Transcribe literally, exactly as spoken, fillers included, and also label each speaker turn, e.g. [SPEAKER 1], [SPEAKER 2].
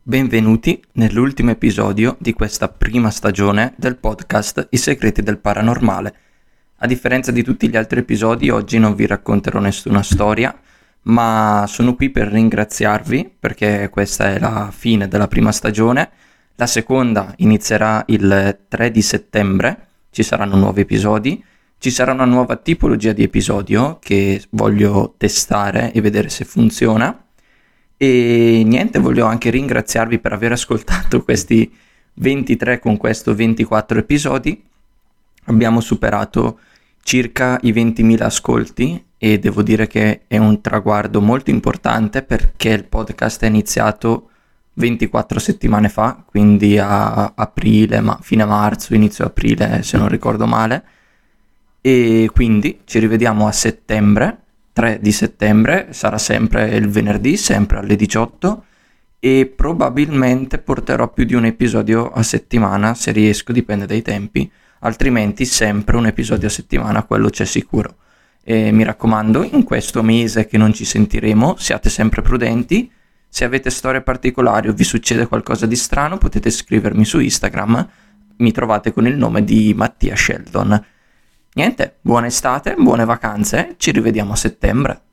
[SPEAKER 1] Benvenuti nell'ultimo episodio di questa prima stagione del podcast I segreti del paranormale. A differenza di tutti gli altri episodi, oggi non vi racconterò nessuna storia, ma sono qui per ringraziarvi perché questa è la fine della prima stagione. La seconda inizierà il tre di settembre, ci saranno nuovi episodi, ci sarà una nuova tipologia di episodio che voglio testare e vedere se funziona. E niente, voglio anche ringraziarvi per aver ascoltato questi ventitré con questo ventiquattro episodi. Abbiamo superato circa i ventimila ascolti e devo dire che è un traguardo molto importante perché il podcast è iniziato ventiquattro settimane fa, quindi a aprile, ma fine marzo, inizio aprile se non ricordo male. E quindi ci rivediamo a settembre. tre di settembre, sarà sempre il venerdì, sempre alle diciotto, e probabilmente porterò più di un episodio a settimana se riesco, dipende dai tempi, altrimenti sempre un episodio a settimana, quello c'è sicuro. E mi raccomando, in questo mese che non ci sentiremo, siate sempre prudenti. Se avete storie particolari o vi succede qualcosa di strano, potete scrivermi su Instagram, mi trovate con il nome di Mattia Sheldon. Niente, buona estate, buone vacanze, ci rivediamo a settembre.